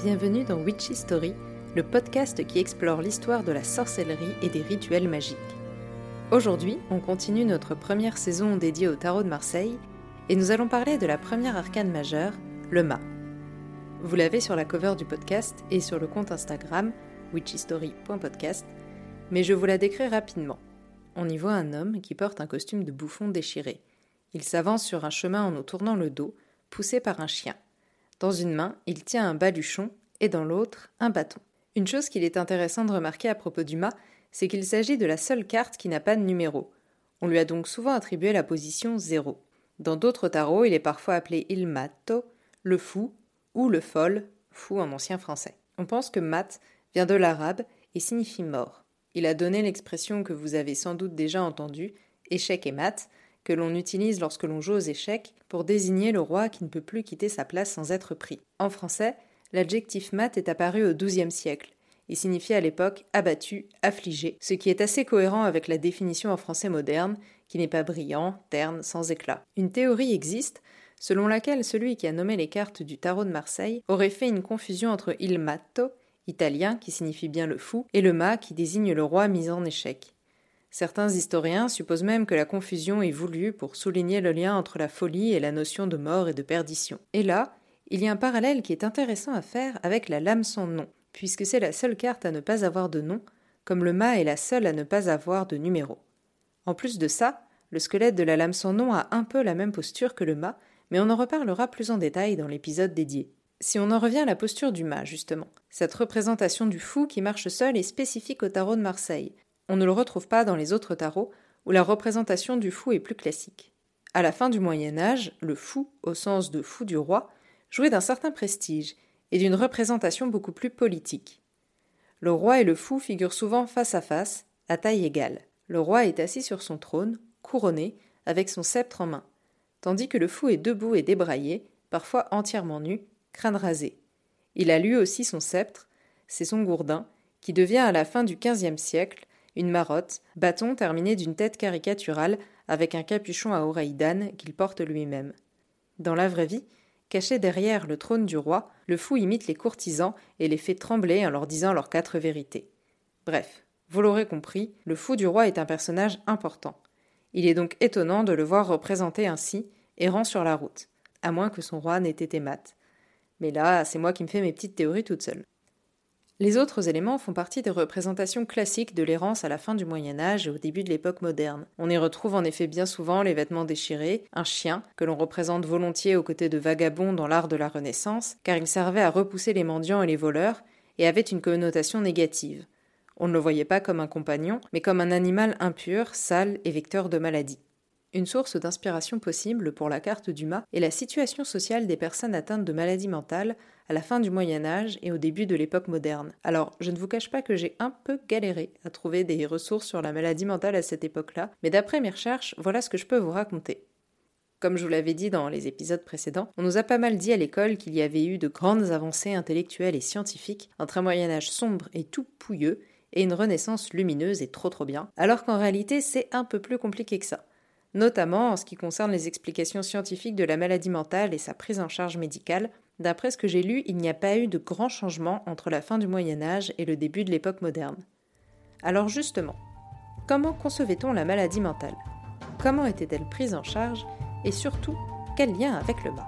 Bienvenue dans Witchy Story, le podcast qui explore l'histoire de la sorcellerie et des rituels magiques. Aujourd'hui, on continue notre première saison dédiée au tarot de Marseille et nous allons parler de la première arcane majeure, le mât. Vous l'avez sur la cover du podcast et sur le compte Instagram witchystory.podcast, mais je vous la décris rapidement. On y voit un homme qui porte un costume de bouffon déchiré. Il s'avance sur un chemin en nous tournant le dos, poussé par un chien. Dans une main, il tient un baluchon et dans l'autre, un bâton. Une chose qu'il est intéressant de remarquer à propos du mât, c'est qu'il s'agit de la seule carte qui n'a pas de numéro. On lui a donc souvent attribué la position 0. Dans d'autres tarots, il est parfois appelé il matto, le fou, ou le folle, fou en ancien français. On pense que mat vient de l'arabe et signifie mort. Il a donné l'expression que vous avez sans doute déjà entendue, échec et mat, que l'on utilise lorsque l'on joue aux échecs pour désigner le roi qui ne peut plus quitter sa place sans être pris. En français, l'adjectif mat est apparu au XIIe siècle. Il signifiait à l'époque abattu, affligé, ce qui est assez cohérent avec la définition en français moderne, qui n'est pas brillant, terne, sans éclat. Une théorie existe, selon laquelle celui qui a nommé les cartes du tarot de Marseille aurait fait une confusion entre il matto, italien qui signifie bien le fou, et le mât qui désigne le roi mis en échec. Certains historiens supposent même que la confusion est voulue pour souligner le lien entre la folie et la notion de mort et de perdition. Et là, il y a un parallèle qui est intéressant à faire avec la lame sans nom, puisque c'est la seule carte à ne pas avoir de nom, comme le mât est la seule à ne pas avoir de numéro. En plus de ça, le squelette de la lame sans nom a un peu la même posture que le mât, mais on en reparlera plus en détail dans l'épisode dédié. Si on en revient à la posture du mât, justement, cette représentation du fou qui marche seul est spécifique au tarot de Marseille. On ne le retrouve pas dans les autres tarots, où la représentation du fou est plus classique. À la fin du Moyen-Âge, le fou, au sens de fou du roi, jouait d'un certain prestige et d'une représentation beaucoup plus politique. Le roi et le fou figurent souvent face à face, à taille égale. Le roi est assis sur son trône, couronné, avec son sceptre en main, tandis que le fou est debout et débraillé, parfois entièrement nu, crâne rasé. Il a lui aussi son sceptre, c'est son gourdin, qui devient à la fin du XVe siècle une marotte, bâton terminé d'une tête caricaturale avec un capuchon à oreilles d'âne qu'il porte lui-même. Dans la vraie vie, caché derrière le trône du roi, le fou imite les courtisans et les fait trembler en leur disant leurs 4 vérités. Bref, vous l'aurez compris, le fou du roi est un personnage important. Il est donc étonnant de le voir représenté ainsi, errant sur la route, à moins que son roi n'ait été mat. Mais là, c'est moi qui me fais mes petites théories toute seule. Les autres éléments font partie des représentations classiques de l'errance à la fin du Moyen-Âge et au début de l'époque moderne. On y retrouve en effet bien souvent les vêtements déchirés, un chien, que l'on représente volontiers aux côtés de vagabonds dans l'art de la Renaissance, car il servait à repousser les mendiants et les voleurs, et avait une connotation négative. On ne le voyait pas comme un compagnon, mais comme un animal impur, sale et vecteur de maladies. Une source d'inspiration possible pour la carte du mât est la situation sociale des personnes atteintes de maladies mentales à la fin du Moyen-Âge et au début de l'époque moderne. Alors, je ne vous cache pas que j'ai un peu galéré à trouver des ressources sur la maladie mentale à cette époque-là, mais d'après mes recherches, voilà ce que je peux vous raconter. Comme je vous l'avais dit dans les épisodes précédents, on nous a pas mal dit à l'école qu'il y avait eu de grandes avancées intellectuelles et scientifiques entre un Moyen-Âge sombre et tout pouilleux et une Renaissance lumineuse et trop bien, alors qu'en réalité c'est un peu plus compliqué que ça. Notamment en ce qui concerne les explications scientifiques de la maladie mentale et sa prise en charge médicale. D'après ce que j'ai lu, il n'y a pas eu de grands changements entre la fin du Moyen-Âge et le début de l'époque moderne. Alors justement, comment concevait-on la maladie mentale ? Comment était-elle prise en charge ? Et surtout, quel lien avec le mât ?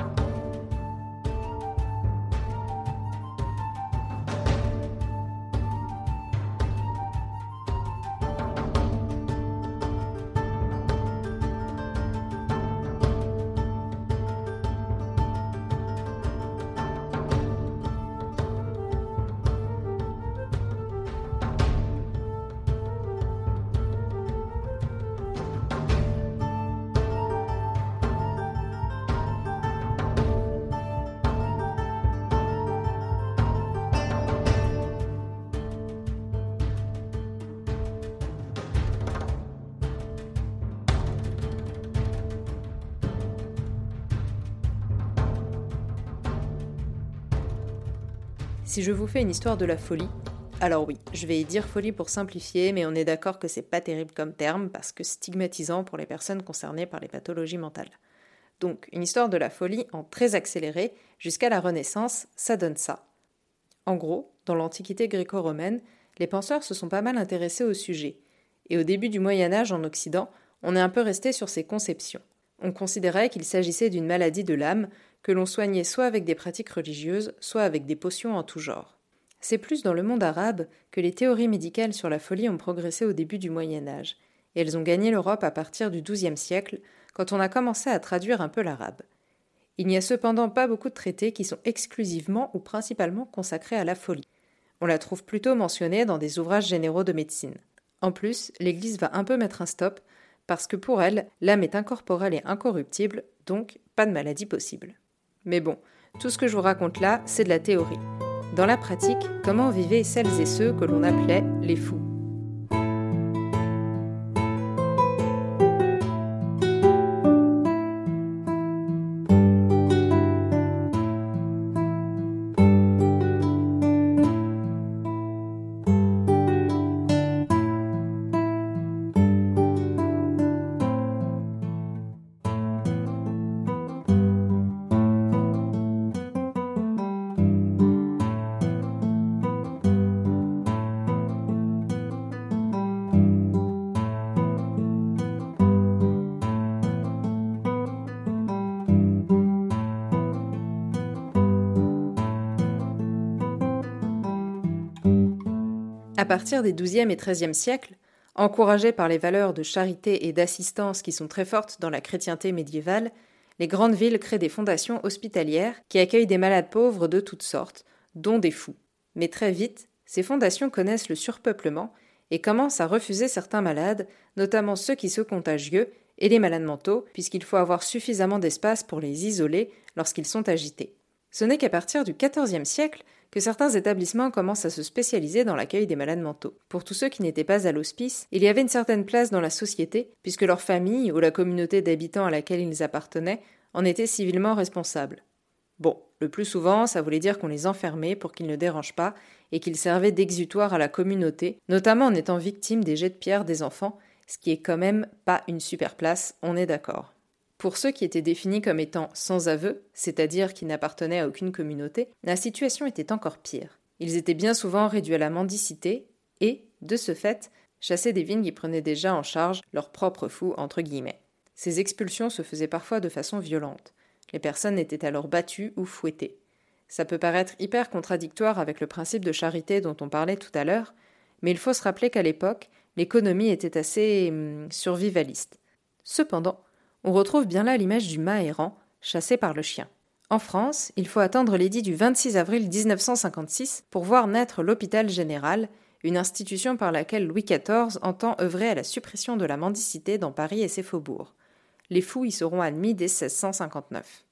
Si je vous fais une histoire de la folie, alors oui, je vais dire folie pour simplifier, mais on est d'accord que c'est pas terrible comme terme parce que stigmatisant pour les personnes concernées par les pathologies mentales. Donc, une histoire de la folie en très accéléré, jusqu'à la Renaissance, ça donne ça. En gros, dans l'Antiquité gréco-romaine, les penseurs se sont pas mal intéressés au sujet, et au début du Moyen-Âge en Occident, on est un peu resté sur ces conceptions. On considérait qu'il s'agissait d'une maladie de l'âme que l'on soignait soit avec des pratiques religieuses, soit avec des potions en tout genre. C'est plus dans le monde arabe que les théories médicales sur la folie ont progressé au début du Moyen-Âge, et elles ont gagné l'Europe à partir du XIIe siècle, quand on a commencé à traduire un peu l'arabe. Il n'y a cependant pas beaucoup de traités qui sont exclusivement ou principalement consacrés à la folie. On la trouve plutôt mentionnée dans des ouvrages généraux de médecine. En plus, l'Église va un peu mettre un stop, parce que pour elle, l'âme est incorporelle et incorruptible, donc pas de maladie possible. Mais bon, tout ce que je vous raconte là, c'est de la théorie. Dans la pratique, comment vivaient celles et ceux que l'on appelait les fous ? À partir des XIIe et XIIIe siècles, encouragés par les valeurs de charité et d'assistance qui sont très fortes dans la chrétienté médiévale, les grandes villes créent des fondations hospitalières qui accueillent des malades pauvres de toutes sortes, dont des fous. Mais très vite, ces fondations connaissent le surpeuplement et commencent à refuser certains malades, notamment ceux qui sont contagieux, et les malades mentaux, puisqu'il faut avoir suffisamment d'espace pour les isoler lorsqu'ils sont agités. Ce n'est qu'à partir du XIVe siècle que certains établissements commencent à se spécialiser dans l'accueil des malades mentaux. Pour tous ceux qui n'étaient pas à l'hospice, il y avait une certaine place dans la société, puisque leur famille ou la communauté d'habitants à laquelle ils appartenaient en étaient civilement responsables. Bon, le plus souvent, ça voulait dire qu'on les enfermait pour qu'ils ne dérangent pas et qu'ils servaient d'exutoire à la communauté, notamment en étant victimes des jets de pierre des enfants, ce qui est quand même pas une super place, on est d'accord. Pour ceux qui étaient définis comme étant sans aveu, c'est-à-dire qui n'appartenaient à aucune communauté, la situation était encore pire. Ils étaient bien souvent réduits à la mendicité et, de ce fait, chassés des villes qui prenaient déjà en charge leurs propres fous, entre guillemets. Ces expulsions se faisaient parfois de façon violente. Les personnes étaient alors battues ou fouettées. Ça peut paraître hyper contradictoire avec le principe de charité dont on parlait tout à l'heure, mais il faut se rappeler qu'à l'époque, l'économie était assez survivaliste. Cependant, on retrouve bien là l'image du mât errant, chassé par le chien. En France, il faut attendre l'édit du 26 avril 1956 pour voir naître l'hôpital général, une institution par laquelle Louis XIV entend œuvrer à la suppression de la mendicité dans Paris et ses faubourgs. Les fous y seront admis dès 1659.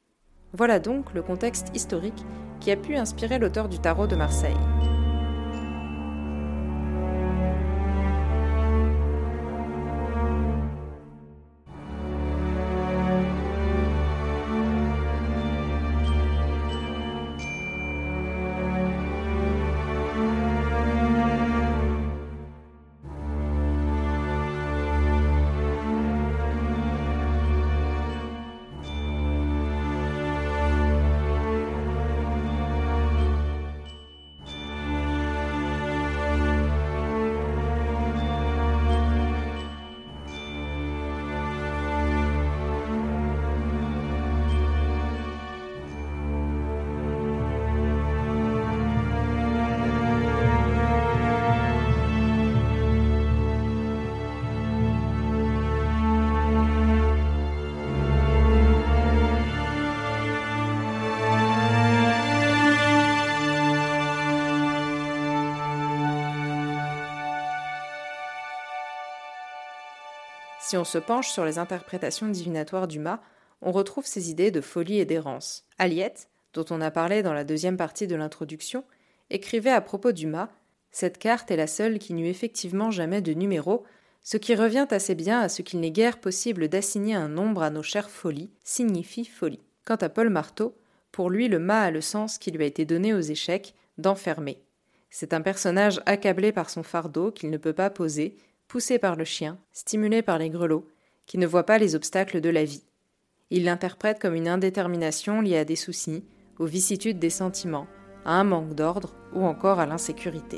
Voilà donc le contexte historique qui a pu inspirer l'auteur du Tarot de Marseille. Si on se penche sur les interprétations divinatoires du mât, on retrouve ces idées de folie et d'errance. Aliette, dont on a parlé dans la deuxième partie de l'introduction, écrivait à propos du mât « Cette carte est la seule qui n'eut effectivement jamais de numéro, ce qui revient assez bien à ce qu'il n'est guère possible d'assigner un nombre à nos chères folies, signifie folie. » Quant à Paul Marteau, pour lui le mât a le sens qui lui a été donné aux échecs, d'enfermer. C'est un personnage accablé par son fardeau qu'il ne peut pas poser, poussé par le chien, stimulé par les grelots, qui ne voit pas les obstacles de la vie. Il l'interprète comme une indétermination liée à des soucis, aux vicissitudes des sentiments, à un manque d'ordre ou encore à l'insécurité.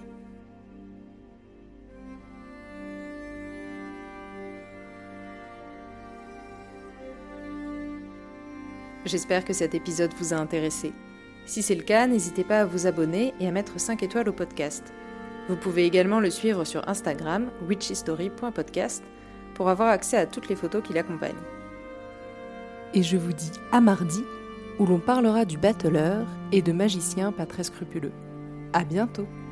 J'espère que cet épisode vous a intéressé. Si c'est le cas, n'hésitez pas à vous abonner et à mettre 5 étoiles au podcast. Vous pouvez également le suivre sur Instagram, witchystory.podcast, pour avoir accès à toutes les photos qui l'accompagnent. Et je vous dis à mardi, où l'on parlera du battleur et de magiciens pas très scrupuleux. À bientôt!